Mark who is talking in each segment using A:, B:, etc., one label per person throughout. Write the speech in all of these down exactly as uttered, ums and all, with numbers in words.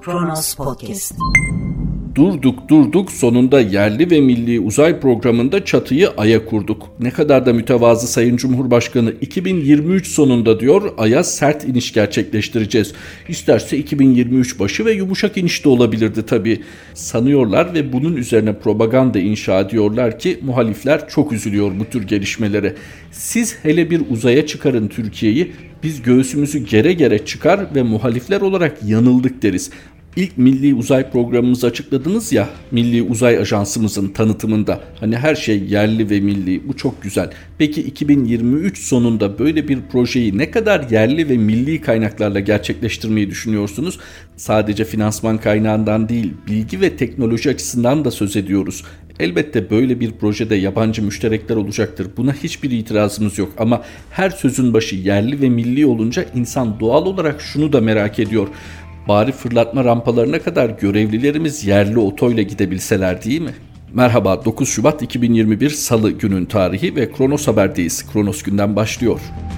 A: Kronos Podcast.
B: Durduk durduk sonunda yerli ve milli uzay programında çatıyı Ay'a kurduk. Ne kadar da mütevazı Sayın Cumhurbaşkanı, iki bin yirmi üç sonunda diyor Ay'a sert iniş gerçekleştireceğiz. İsterse iki bin yirmi üç başı ve yumuşak iniş de olabilirdi tabii. Sanıyorlar ve bunun üzerine propaganda inşa ediyorlar ki muhalifler çok üzülüyor bu tür gelişmelere. Siz hele bir uzaya çıkarın Türkiye'yi, biz göğsümüzü gere gere çıkar ve muhalifler olarak yanıldık deriz. İlk milli uzay programımızı açıkladınız ya, Milli Uzay Ajansımızın tanıtımında. Hani her şey yerli ve milli, bu çok güzel. Peki iki bin yirmi üç sonunda böyle bir projeyi ne kadar yerli ve milli kaynaklarla gerçekleştirmeyi düşünüyorsunuz? Sadece finansman kaynağından değil, bilgi ve teknoloji açısından da söz ediyoruz. Elbette böyle bir projede yabancı müşterekler olacaktır. Buna hiçbir itirazımız yok ama her sözün başı yerli ve milli olunca insan doğal olarak şunu da merak ediyor. Bari fırlatma rampalarına kadar görevlilerimiz yerli otoyla gidebilseler değil mi? Merhaba, dokuz Şubat iki bin yirmi bir Salı günün tarihi ve Kronos Haber'deyiz. Kronos günden başlıyor.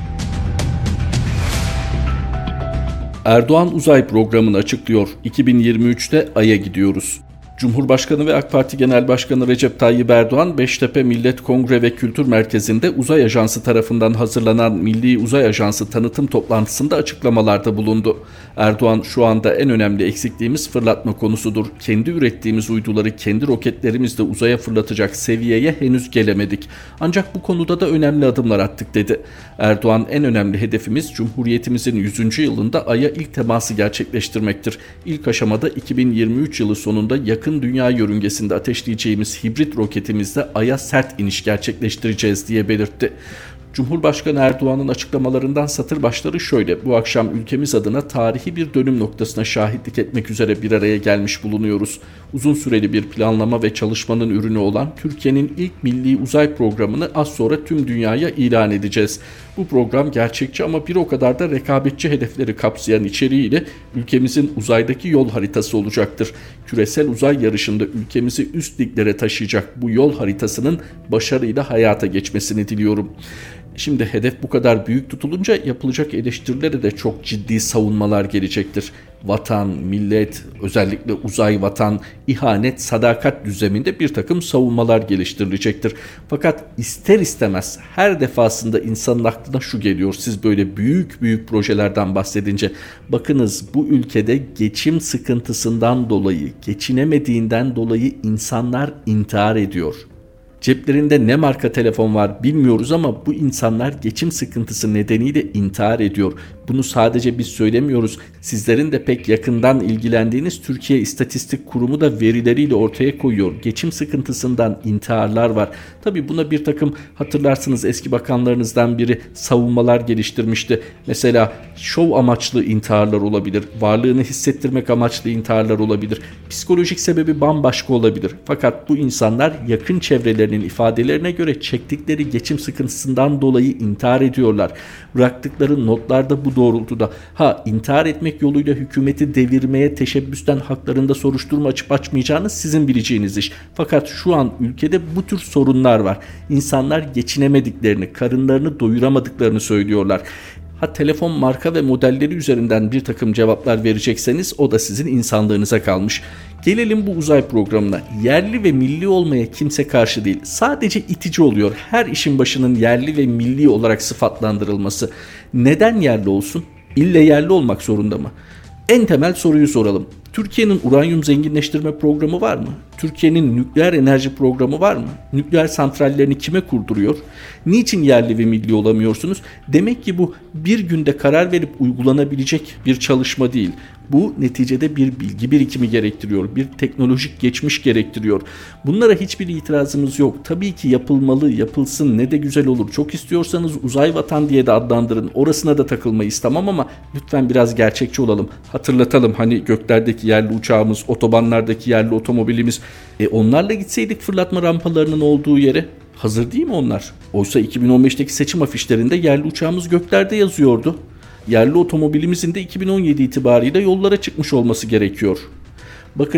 B: Erdoğan uzay programını açıklıyor. iki bin yirmi üçte Ay'a gidiyoruz. Cumhurbaşkanı ve AK Parti Genel Başkanı Recep Tayyip Erdoğan, Beştepe Millet Kongre ve Kültür Merkezi'nde Uzay Ajansı tarafından hazırlanan Milli Uzay Ajansı tanıtım toplantısında açıklamalarda bulundu. Erdoğan, şu anda en önemli eksikliğimiz fırlatma konusudur. Kendi ürettiğimiz uyduları kendi roketlerimizle uzaya fırlatacak seviyeye henüz gelemedik. Ancak bu konuda da önemli adımlar attık dedi. Erdoğan, en önemli hedefimiz Cumhuriyetimizin yüzüncü yılında Ay'a ilk teması gerçekleştirmektir. İlk aşamada iki bin yirmi üç yılı sonunda yakın dünya yörüngesinde ateşleyeceğimiz hibrit roketimizle Ay'a sert iniş gerçekleştireceğiz diye belirtti. Cumhurbaşkanı Erdoğan'ın açıklamalarından satır başları şöyle: bu akşam ülkemiz adına tarihi bir dönüm noktasına şahitlik etmek üzere bir araya gelmiş bulunuyoruz. Uzun süreli bir planlama ve çalışmanın ürünü olan Türkiye'nin ilk milli uzay programını az sonra tüm dünyaya ilan edeceğiz. Bu program gerçekçi ama bir o kadar da rekabetçi hedefleri kapsayan içeriğiyle ülkemizin uzaydaki yol haritası olacaktır. Küresel uzay yarışında ülkemizi üst liglere taşıyacak bu yol haritasının başarıyla hayata geçmesini diliyorum. Şimdi hedef bu kadar büyük tutulunca yapılacak eleştirilere de çok ciddi savunmalar gelecektir. Vatan, millet, özellikle uzay vatan, ihanet, sadakat düzleminde bir takım savunmalar geliştirilecektir. Fakat ister istemez her defasında insanın aklına şu geliyor, siz böyle büyük büyük projelerden bahsedince: bakınız, bu ülkede geçim sıkıntısından dolayı, geçinemediğinden dolayı insanlar intihar ediyor. Ceplerinde ne marka telefon var bilmiyoruz ama bu insanlar geçim sıkıntısı nedeniyle intihar ediyor. Bunu sadece biz söylemiyoruz. Sizlerin de pek yakından ilgilendiğiniz Türkiye İstatistik Kurumu da verileriyle ortaya koyuyor. Geçim sıkıntısından intiharlar var. Tabii buna bir takım, hatırlarsınız, eski bakanlarınızdan biri savunmalar geliştirmişti. Mesela şov amaçlı intiharlar olabilir. Varlığını hissettirmek amaçlı intiharlar olabilir. Psikolojik sebebi bambaşka olabilir. Fakat bu insanlar yakın çevrelerinin ifadelerine göre çektikleri geçim sıkıntısından dolayı intihar ediyorlar. Bıraktıkları notlarda bu doğrultuda. Ha, intihar etmek yoluyla hükümeti devirmeye teşebbüsten haklarında soruşturma açıp açmayacağınız sizin bileceğiniz iş. Fakat şu an ülkede bu tür sorunlar var. İnsanlar geçinemediklerini, karınlarını doyuramadıklarını söylüyorlar. Ha, telefon marka ve modelleri üzerinden bir takım cevaplar verecekseniz o da sizin insanlığınıza kalmış. Gelelim bu uzay programına. Yerli ve milli olmaya kimse karşı değil. Sadece itici oluyor her işin başının yerli ve milli olarak sıfatlandırılması. Neden yerli olsun? İlle yerli olmak zorunda mı? En temel soruyu soralım. Türkiye'nin uranyum zenginleştirme programı var mı? Türkiye'nin nükleer enerji programı var mı? Nükleer santrallerini kime kurduruyor? Niçin yerli ve milli olamıyorsunuz? Demek ki bu bir günde karar verip uygulanabilecek bir çalışma değil. Bu neticede bir bilgi birikimi gerektiriyor, bir teknolojik geçmiş gerektiriyor. Bunlara hiçbir itirazımız yok. Tabii ki yapılmalı, yapılsın, ne de güzel olur. Çok istiyorsanız uzay vatan diye de adlandırın. Orasına da takılmayız, tamam, ama lütfen biraz gerçekçi olalım. Hatırlatalım, hani göklerdeki yerli uçağımız, otobanlardaki yerli otomobilimiz. E onlarla gitseydik fırlatma rampalarının olduğu yere. Hazır değil mi onlar? Oysa iki bin on beşteki seçim afişlerinde yerli uçağımız göklerde yazıyordu. Yerli otomobilimizin de iki bin on yedi itibariyle yollara çıkmış olması gerekiyor. Bakınız,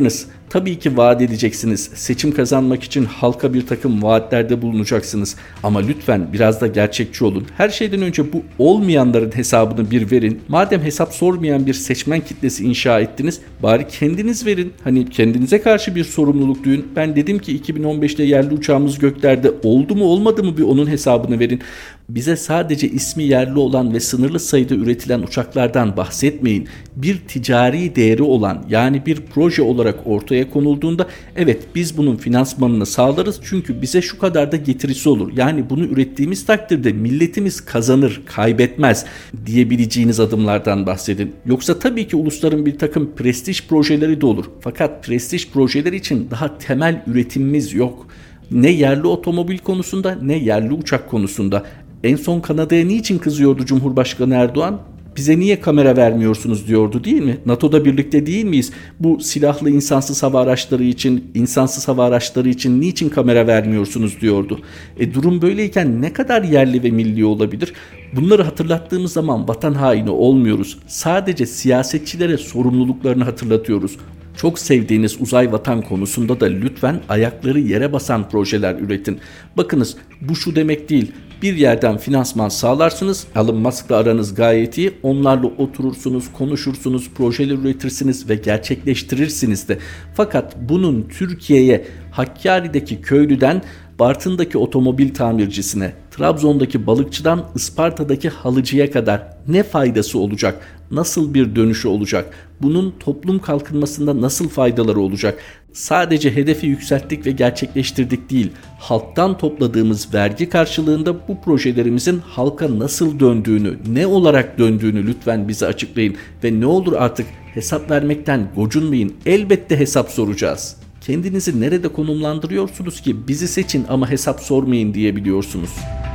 B: Tabii ki vaat edeceksiniz. Seçim kazanmak için halka bir takım vaatlerde bulunacaksınız. Ama lütfen biraz da gerçekçi olun. Her şeyden önce bu olmayanların hesabını bir verin. Madem hesap sormayan bir seçmen kitlesi inşa ettiniz, bari kendiniz verin. Hani kendinize karşı bir sorumluluk duyun. Ben dedim ki iki bin on beşte yerli uçağımız göklerde oldu mu olmadı mı bir onun hesabını verin. Bize sadece ismi yerli olan ve sınırlı sayıda üretilen uçaklardan bahsetmeyin. Bir ticari değeri olan, yani bir proje olarak ortaya konulduğunda evet biz bunun finansmanını sağlarız çünkü bize şu kadar da getirisi olur. Yani bunu ürettiğimiz takdirde milletimiz kazanır, kaybetmez diyebileceğiniz adımlardan bahsedin. Yoksa tabii ki ulusların bir takım prestij projeleri de olur. Fakat prestij projeleri için daha temel üretimimiz yok. Ne yerli otomobil konusunda ne yerli uçak konusunda. En son Kanada'ya niçin kızıyordu Cumhurbaşkanı Erdoğan? Bize niye kamera vermiyorsunuz diyordu, değil mi? NATO'da birlikte değil miyiz? Bu silahlı insansız hava araçları için, insansız hava araçları için niçin kamera vermiyorsunuz diyordu. E durum böyleyken ne kadar yerli ve milli olabilir? Bunları hatırlattığımız zaman vatan haini olmuyoruz. Sadece siyasetçilere sorumluluklarını hatırlatıyoruz. Çok sevdiğiniz uzay vatan konusunda da lütfen ayakları yere basan projeler üretin. Bakınız, bu şu demek değil. Bir yerden finansman sağlarsınız, Elon Musk'la aranız gayet iyi, onlarla oturursunuz, konuşursunuz, projeler üretirsiniz ve gerçekleştirirsiniz de. Fakat bunun Türkiye'ye Hakkari'deki köylüden Bartın'daki otomobil tamircisine, Trabzon'daki balıkçıdan Isparta'daki halıcıya kadar ne faydası olacak? Nasıl bir dönüşü olacak? Bunun toplum kalkınmasında nasıl faydaları olacak? Sadece hedefi yükselttik ve gerçekleştirdik değil, halktan topladığımız vergi karşılığında bu projelerimizin halka nasıl döndüğünü, ne olarak döndüğünü lütfen bize açıklayın ve ne olur artık hesap vermekten gocunmayın. Elbette hesap soracağız. Kendinizi nerede konumlandırıyorsunuz ki bizi seçin ama hesap sormayın diyebiliyorsunuz?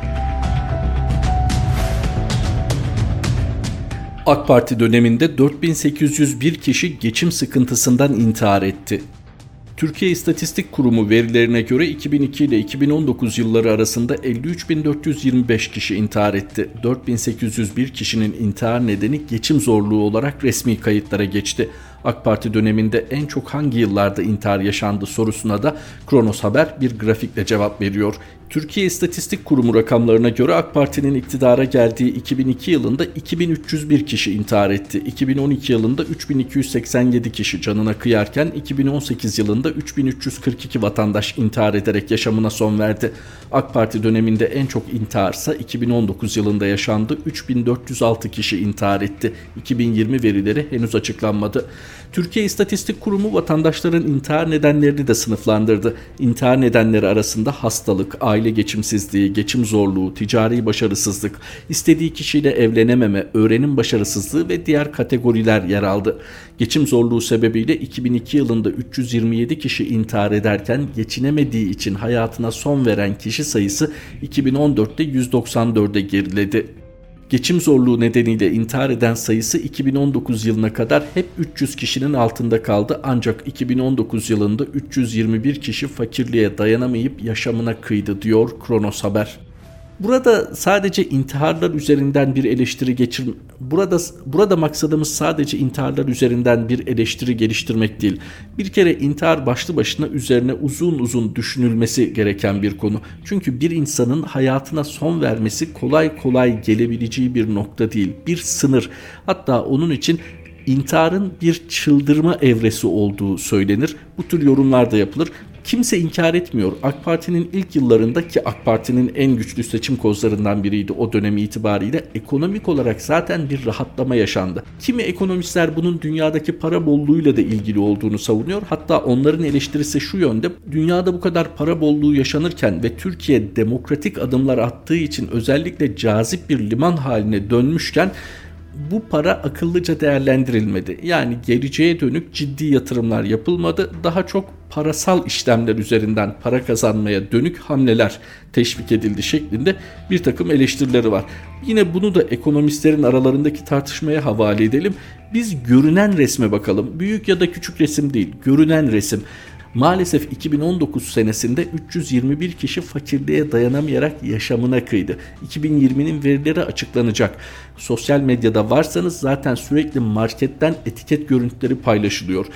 B: AK Parti döneminde dört bin sekiz yüz bir kişi geçim sıkıntısından intihar etti. Türkiye İstatistik Kurumu verilerine göre iki bin iki ile iki bin on dokuz yılları arasında elli üç bin dört yüz yirmi beş kişi intihar etti. dört bin sekiz yüz bir kişinin intihar nedeni geçim zorluğu olarak resmi kayıtlara geçti. AK Parti döneminde en çok hangi yıllarda intihar yaşandı sorusuna da Kronos Haber bir grafikle cevap veriyor. Türkiye İstatistik Kurumu rakamlarına göre AK Parti'nin iktidara geldiği iki bin iki yılında iki bin üç yüz bir kişi intihar etti. iki bin on iki yılında üç bin iki yüz seksen yedi kişi canına kıyarken iki bin on sekiz yılında üç bin üç yüz kırk iki vatandaş intihar ederek yaşamına son verdi. AK Parti döneminde en çok intiharsa iki bin on dokuz yılında yaşandı. üç bin dört yüz altı kişi intihar etti. iki bin yirmi verileri henüz açıklanmadı. Türkiye İstatistik Kurumu vatandaşların intihar nedenlerini de sınıflandırdı. İntihar nedenleri arasında hastalık, aile geçimsizliği, geçim zorluğu, ticari başarısızlık, istediği kişiyle evlenememe, öğrenim başarısızlığı ve diğer kategoriler yer aldı. Geçim zorluğu sebebiyle iki bin iki yılında üç yüz yirmi yedi kişi intihar ederken geçinemediği için hayatına son veren kişi sayısı iki bin on dörtte yüz doksan dörde geriledi. Geçim zorluğu nedeniyle intihar eden sayısı iki bin on dokuz yılına kadar hep üç yüz kişinin altında kaldı, ancak iki bin on dokuz yılında üç yüz yirmi bir kişi fakirliğe dayanamayıp yaşamına kıydı diyor Kronos Haber. Burada sadece intiharlar üzerinden bir eleştiri geçir burada burada maksadımız sadece intiharlar üzerinden bir eleştiri geliştirmek değil. Bir kere intihar başlı başına üzerine uzun uzun düşünülmesi gereken bir konu. Çünkü bir insanın hayatına son vermesi kolay kolay gelebileceği bir nokta değil, bir sınır. Hatta onun için intiharın bir çıldırma evresi olduğu söylenir. Bu tür yorumlar da yapılır. Kimse inkar etmiyor. AK Parti'nin ilk yıllarında, ki AK Parti'nin en güçlü seçim kozlarından biriydi o dönemi itibariyle, ekonomik olarak zaten bir rahatlama yaşandı. Kimi ekonomistler bunun dünyadaki para bolluğuyla da ilgili olduğunu savunuyor. Hatta onların eleştirisi şu yönde: dünyada bu kadar para bolluğu yaşanırken ve Türkiye demokratik adımlar attığı için özellikle cazip bir liman haline dönmüşken bu para akıllıca değerlendirilmedi. Yani geleceğe dönük ciddi yatırımlar yapılmadı. Daha çok parasal işlemler üzerinden para kazanmaya dönük hamleler teşvik edildi şeklinde bir takım eleştirileri var. Yine bunu da ekonomistlerin aralarındaki tartışmaya havale edelim. Biz görünen resme bakalım. Büyük ya da küçük resim değil, görünen resim. Maalesef iki bin on dokuz senesinde üç yüz yirmi bir kişi fakirliğe dayanamayarak yaşamına kıydı. iki bin yirminin verileri açıklanacak. Sosyal medyada varsanız zaten sürekli marketten etiket görüntüleri paylaşılıyor.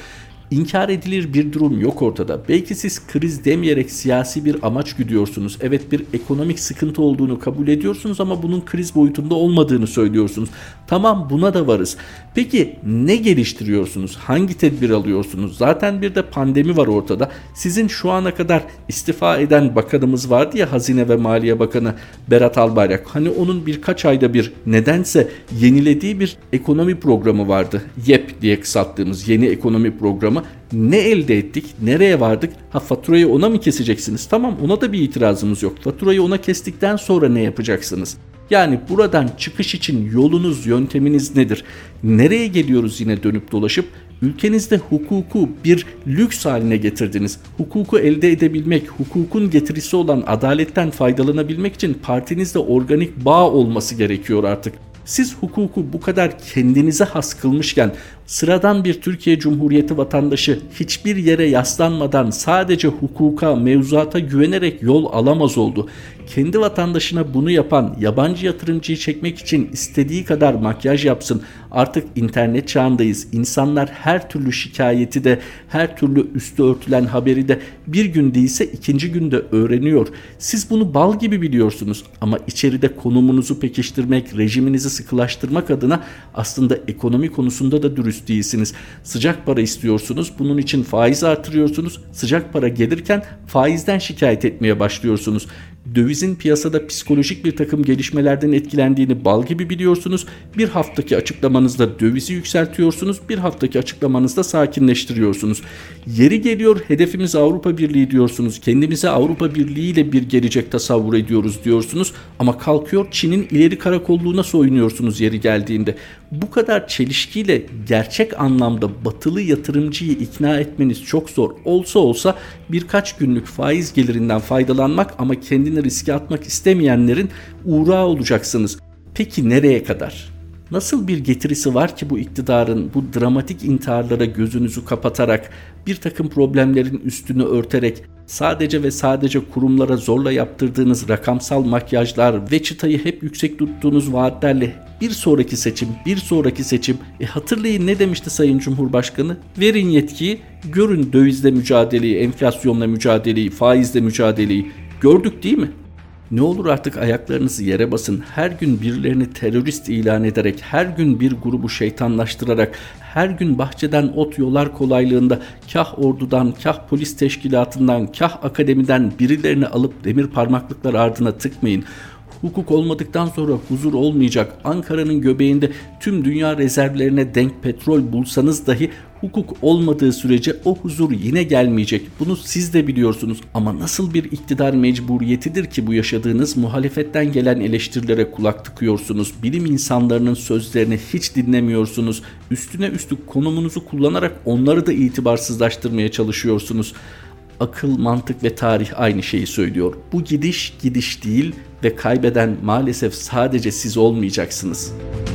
B: İnkar edilir bir durum yok ortada. Belki siz kriz demeyerek siyasi bir amaç güdüyorsunuz. Evet, bir ekonomik sıkıntı olduğunu kabul ediyorsunuz ama bunun kriz boyutunda olmadığını söylüyorsunuz. Tamam, buna da varız. Peki ne geliştiriyorsunuz? Hangi tedbir alıyorsunuz? Zaten bir de pandemi var ortada. Sizin şu ana kadar istifa eden bakanımız vardı ya, Hazine ve Maliye Bakanı Berat Albayrak. Hani onun birkaç ayda bir nedense yenilediği bir ekonomi programı vardı. YEP diye kısalttığımız yeni ekonomi programı. Ne elde ettik? Nereye vardık? Ha, faturayı ona mı keseceksiniz? Tamam, ona da bir itirazımız yok. Faturayı ona kestikten sonra ne yapacaksınız? Yani buradan çıkış için yolunuz, yönteminiz nedir? Nereye geliyoruz yine dönüp dolaşıp? Ülkenizde hukuku bir lüks haline getirdiniz. Hukuku elde edebilmek, hukukun getirisi olan adaletten faydalanabilmek için partinizde organik bağ olması gerekiyor artık. Siz hukuku bu kadar kendinize has kılmışken sıradan bir Türkiye Cumhuriyeti vatandaşı hiçbir yere yaslanmadan sadece hukuka, mevzuata güvenerek yol alamaz oldu. Kendi vatandaşına bunu yapan yabancı yatırımcıyı çekmek için istediği kadar makyaj yapsın. Artık internet çağındayız. İnsanlar her türlü şikayeti de, her türlü üstü örtülen haberi de bir gün değilse ikinci günde öğreniyor. Siz bunu bal gibi biliyorsunuz ama içeride konumunuzu pekiştirmek, rejiminizi sıkılaştırmak adına aslında ekonomi konusunda da dürüst değilsiniz. Sıcak para istiyorsunuz. Bunun için faiz artırıyorsunuz. Sıcak para gelirken faizden şikayet etmeye başlıyorsunuz. Dövizin piyasada psikolojik bir takım gelişmelerden etkilendiğini bal gibi biliyorsunuz. Bir haftaki açıklamanızda dövizi yükseltiyorsunuz. Bir haftaki açıklamanızda sakinleştiriyorsunuz. Yeri geliyor hedefimiz Avrupa Birliği diyorsunuz. Kendimize Avrupa Birliği ile bir gelecek tasavvur ediyoruz diyorsunuz. Ama kalkıyor Çin'in ileri karakolluğuna soyunuyorsunuz yeri geldiğinde. Bu kadar çelişkiyle gerçek anlamda batılı yatırımcıyı ikna etmeniz çok zor. Olsa olsa birkaç günlük faiz gelirinden faydalanmak ama kendini riske atmak istemeyenlerin uğrağı olacaksınız. Peki nereye kadar? Nasıl bir getirisi var ki bu iktidarın bu dramatik intiharlara gözünüzü kapatarak, bir takım problemlerin üstünü örterek, sadece ve sadece kurumlara zorla yaptırdığınız rakamsal makyajlar ve çıtayı hep yüksek tuttuğunuz vaatlerle bir sonraki seçim, bir sonraki seçim, e hatırlayın ne demişti Sayın Cumhurbaşkanı? Verin yetkiyi, görün dövizle mücadeleyi, enflasyonla mücadeleyi, faizle mücadeleyi. Gördük değil mi? Ne olur artık ayaklarınızı yere basın. Her gün birilerini terörist ilan ederek, her gün bir grubu şeytanlaştırarak, her gün bahçeden ot yolar kolaylığında kah ordudan, kah polis teşkilatından, kah akademiden birilerini alıp demir parmaklıklar ardına tıkmayın. Hukuk olmadıktan sonra huzur olmayacak. Ankara'nın göbeğinde tüm dünya rezervlerine denk petrol bulsanız dahi hukuk olmadığı sürece o huzur yine gelmeyecek. Bunu siz de biliyorsunuz ama nasıl bir iktidar mecburiyetidir ki bu yaşadığınız? Muhalefetten gelen eleştirilere kulak tıkıyorsunuz. Bilim insanlarının sözlerini hiç dinlemiyorsunuz. Üstüne üstlük konumunuzu kullanarak onları da itibarsızlaştırmaya çalışıyorsunuz. Akıl, mantık ve tarih aynı şeyi söylüyor. Bu gidiş gidiş değil ve kaybeden maalesef sadece siz olmayacaksınız.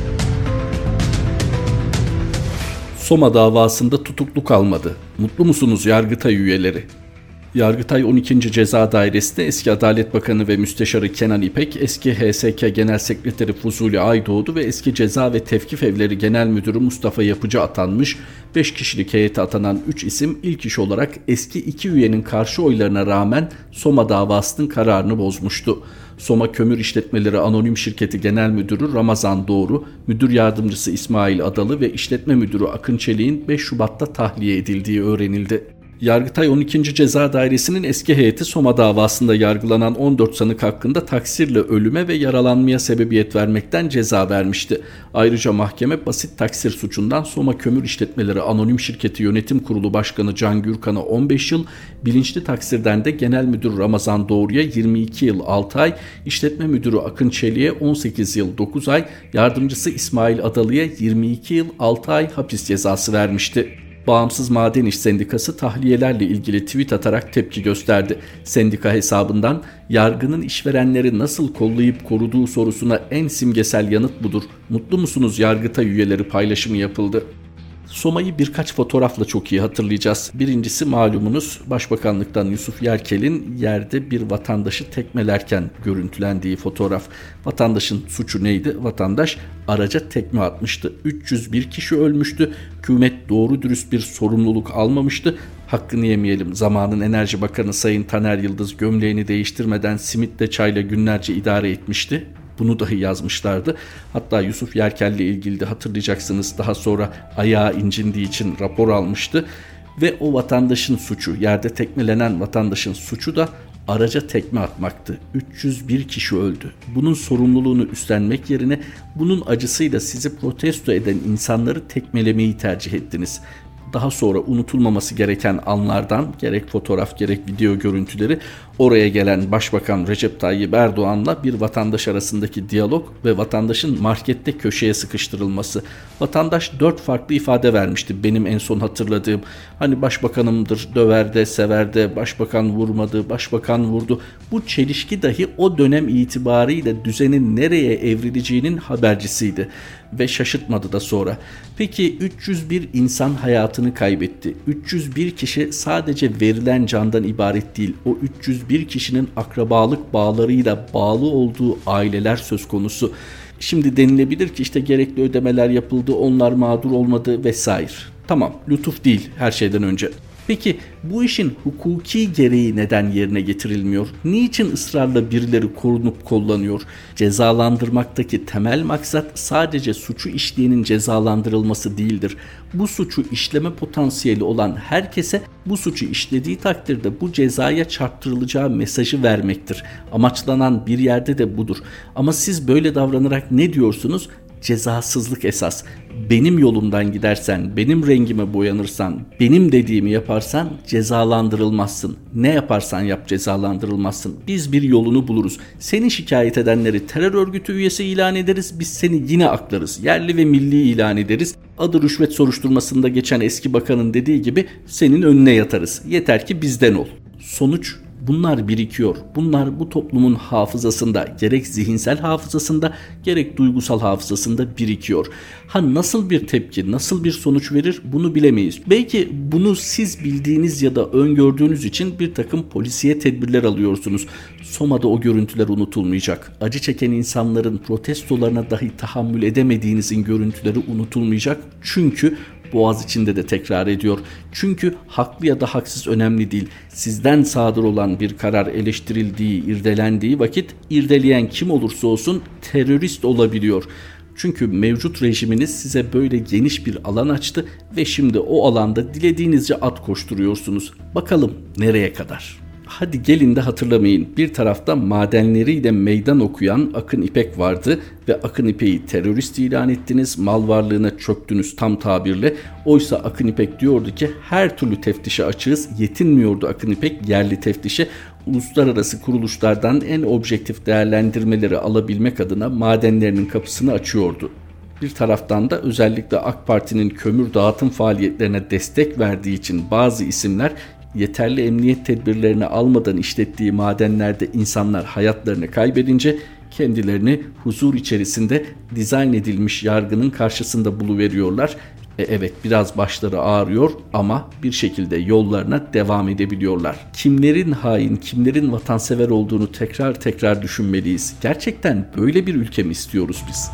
B: Soma davasında tutuklu kalmadı. Mutlu musunuz Yargıtay üyeleri? Yargıtay on ikinci Ceza Dairesi'nde eski Adalet Bakanı ve Müsteşarı Kenan İpek, eski H S K Genel Sekreteri Fuzuli Aydoğdu ve eski Ceza ve Tevkif Evleri Genel Müdürü Mustafa Yapıcı atanmış, beş kişilik heyete atanan üç isim ilk iş olarak eski iki üyenin karşı oylarına rağmen Soma davasının kararını bozmuştu. Soma Kömür İşletmeleri Anonim Şirketi Genel Müdürü Ramazan Doğru, Müdür Yardımcısı İsmail Adalı ve İşletme Müdürü Akın Çelik'in beş Şubat'ta tahliye edildiği öğrenildi. Yargıtay on ikinci Ceza Dairesi'nin eski heyeti Soma davasında yargılanan on dört sanık hakkında taksirle ölüme ve yaralanmaya sebebiyet vermekten ceza vermişti. Ayrıca mahkeme basit taksir suçundan Soma Kömür İşletmeleri Anonim Şirketi Yönetim Kurulu Başkanı Can Gürkan'a on beş yıl, bilinçli taksirden de Genel Müdür Ramazan Doğru'ya yirmi iki yıl altı ay, İşletme Müdürü Akın Çelik'e on sekiz yıl dokuz ay, Yardımcısı İsmail Adalı'ya yirmi iki yıl altı ay hapis cezası vermişti. Bağımsız Maden İş Sendikası tahliyelerle ilgili tweet atarak tepki gösterdi. Sendika hesabından yargının işverenleri nasıl kollayıp koruduğu sorusuna en simgesel yanıt budur. Mutlu musunuz Yargıtay üyeleri paylaşımı yapıldı. Soma'yı birkaç fotoğrafla çok iyi hatırlayacağız. Birincisi malumunuz Başbakanlıktan Yusuf Yerkel'in yerde bir vatandaşı tekmelerken görüntülendiği fotoğraf. Vatandaşın suçu neydi? Vatandaş araca tekme atmıştı. üç yüz bir kişi ölmüştü. Hükümet doğru dürüst bir sorumluluk almamıştı. Hakkını yemeyelim. Zamanın Enerji Bakanı Sayın Taner Yıldız gömleğini değiştirmeden simitle çayla günlerce idare etmişti. Bunu dahi yazmışlardı. Hatta Yusuf Yerkel'le ilgili de hatırlayacaksınız, daha sonra ayağı incindiği için rapor almıştı. Ve o vatandaşın suçu, yerde tekmelenen vatandaşın suçu da araca tekme atmaktı. üç yüz bir kişi öldü. Bunun sorumluluğunu üstlenmek yerine bunun acısıyla sizi protesto eden insanları tekmelemeyi tercih ettiniz. Daha sonra unutulmaması gereken anlardan gerek fotoğraf gerek video görüntüleri oraya gelen Başbakan Recep Tayyip Erdoğan'la bir vatandaş arasındaki diyalog ve vatandaşın markette köşeye sıkıştırılması. Vatandaş dört farklı ifade vermişti benim en son hatırladığım. Hani başbakanımdır, döver de sever de, başbakan vurmadı, başbakan vurdu. Bu çelişki dahi o dönem itibariyle düzenin nereye evrileceğinin habercisiydi. Ve şaşırtmadı da sonra. Peki üç yüz bir insan hayatını kaybetti. üç yüz bir kişi sadece verilen candan ibaret değil. O üç yüz bir kişinin akrabalık bağlarıyla bağlı olduğu aileler söz konusu. Şimdi denilebilir ki işte gerekli ödemeler yapıldı, onlar mağdur olmadı vesaire. Tamam, lütuf değil her şeyden önce. Peki bu işin hukuki gereği neden yerine getirilmiyor? Niçin ısrarla birileri korunup kollanıyor? Cezalandırmaktaki temel maksat sadece suçu işleyenin cezalandırılması değildir. Bu suçu işleme potansiyeli olan herkese bu suçu işlediği takdirde bu cezaya çarptırılacağı mesajı vermektir. Amaçlanan bir yerde de budur. Ama siz böyle davranarak ne diyorsunuz? Cezasızlık esas. Benim yolumdan gidersen, benim rengime boyanırsan, benim dediğimi yaparsan cezalandırılmazsın. Ne yaparsan yap cezalandırılmazsın. Biz bir yolunu buluruz. Seni şikayet edenleri terör örgütü üyesi ilan ederiz. Biz seni yine aklarız. Yerli ve milli ilan ederiz. Adı rüşvet soruşturmasında geçen eski bakanın dediği gibi senin önüne yatarız. Yeter ki bizden ol. Sonuç bunlar birikiyor. Bunlar bu toplumun hafızasında, gerek zihinsel hafızasında gerek duygusal hafızasında birikiyor. Ha nasıl bir tepki, nasıl bir sonuç verir bunu bilemeyiz. Belki bunu siz bildiğiniz ya da öngördüğünüz için bir takım polisiye tedbirler alıyorsunuz. Soma'da o görüntüler unutulmayacak. Acı çeken insanların protestolarına dahi tahammül edemediğinizin görüntüleri unutulmayacak. Çünkü Boğaziçi'nde de tekrar ediyor. Çünkü haklı ya da haksız önemli değil. Sizden sadır olan bir karar eleştirildiği, irdelendiği vakit irdeleyen kim olursa olsun terörist olabiliyor. Çünkü mevcut rejiminiz size böyle geniş bir alan açtı ve şimdi o alanda dilediğinizce at koşturuyorsunuz. Bakalım nereye kadar? Hadi gelin de hatırlamayın. Bir tarafta madenleriyle meydan okuyan Akın İpek vardı ve Akın İpek'i terörist ilan ettiniz, mal varlığına çöktünüz tam tabirle. Oysa Akın İpek diyordu ki her türlü teftişe açığız. Yetinmiyordu Akın İpek yerli teftişe. Uluslararası kuruluşlardan en objektif değerlendirmeleri alabilmek adına madenlerinin kapısını açıyordu. Bir taraftan da özellikle AK Parti'nin kömür dağıtım faaliyetlerine destek verdiği için bazı isimler yeterli emniyet tedbirlerini almadan işlettiği madenlerde insanlar hayatlarını kaybedince kendilerini huzur içerisinde dizayn edilmiş yargının karşısında buluveriyorlar. E evet biraz başları ağrıyor ama bir şekilde yollarına devam edebiliyorlar. Kimlerin hain, kimlerin vatansever olduğunu tekrar tekrar düşünmeliyiz. Gerçekten böyle bir ülke mi istiyoruz biz?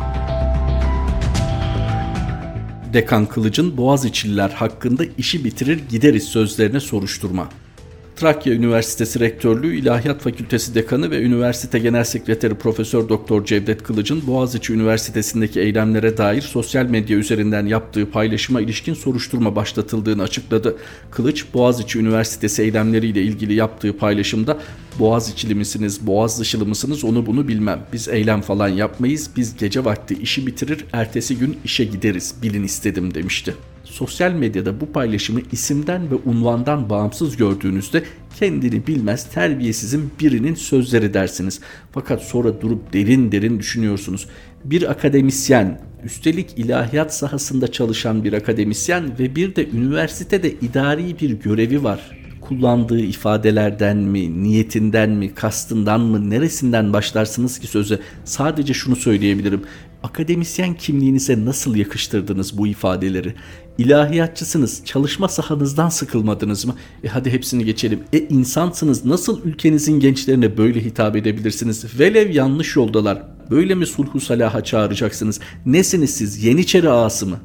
B: Dekan Kılıç'ın Boğaziçi'liler hakkında işi bitirir gideriz sözlerine soruşturma. Trakya Üniversitesi Rektörlüğü İlahiyat Fakültesi Dekanı ve Üniversite Genel Sekreteri Profesör Doktor Cevdet Kılıç'ın Boğaziçi Üniversitesi'ndeki eylemlere dair sosyal medya üzerinden yaptığı paylaşıma ilişkin soruşturma başlatıldığını açıkladı. Kılıç, Boğaziçi Üniversitesi eylemleriyle ilgili yaptığı paylaşımda "Boğaziçi'li misiniz, Boğazdışılı mısınız onu bunu bilmem. Biz eylem falan yapmayız, biz gece vakti işi bitirir, ertesi gün işe gideriz, bilin istedim" demişti. Sosyal medyada bu paylaşımı isimden ve unvandan bağımsız gördüğünüzde kendini bilmez terbiyesizin birinin sözleri dersiniz. Fakat sonra durup derin derin düşünüyorsunuz. Bir akademisyen, üstelik ilahiyat sahasında çalışan bir akademisyen ve bir de üniversitede idari bir görevi var. kullandığı ifadelerden mi, niyetinden mi, kastından mı, neresinden başlarsınız ki söze? Sadece şunu söyleyebilirim. Akademisyen kimliğinize nasıl yakıştırdınız bu ifadeleri? İlahiyatçısınız, çalışma sahanızdan sıkılmadınız mı? E hadi hepsini geçelim. E insansınız, nasıl ülkenizin gençlerine böyle hitap edebilirsiniz? Velev yanlış yoldalar. Böyle mi sulhu salaha çağıracaksınız? Nesiniz siz? Yeniçeri ağası mı?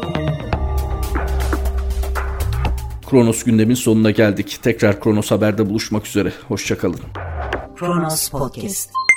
B: Kronos gündemin sonuna geldik. Tekrar Kronos Haber'de buluşmak üzere. Hoşça kalın.
A: Kronos Podcast.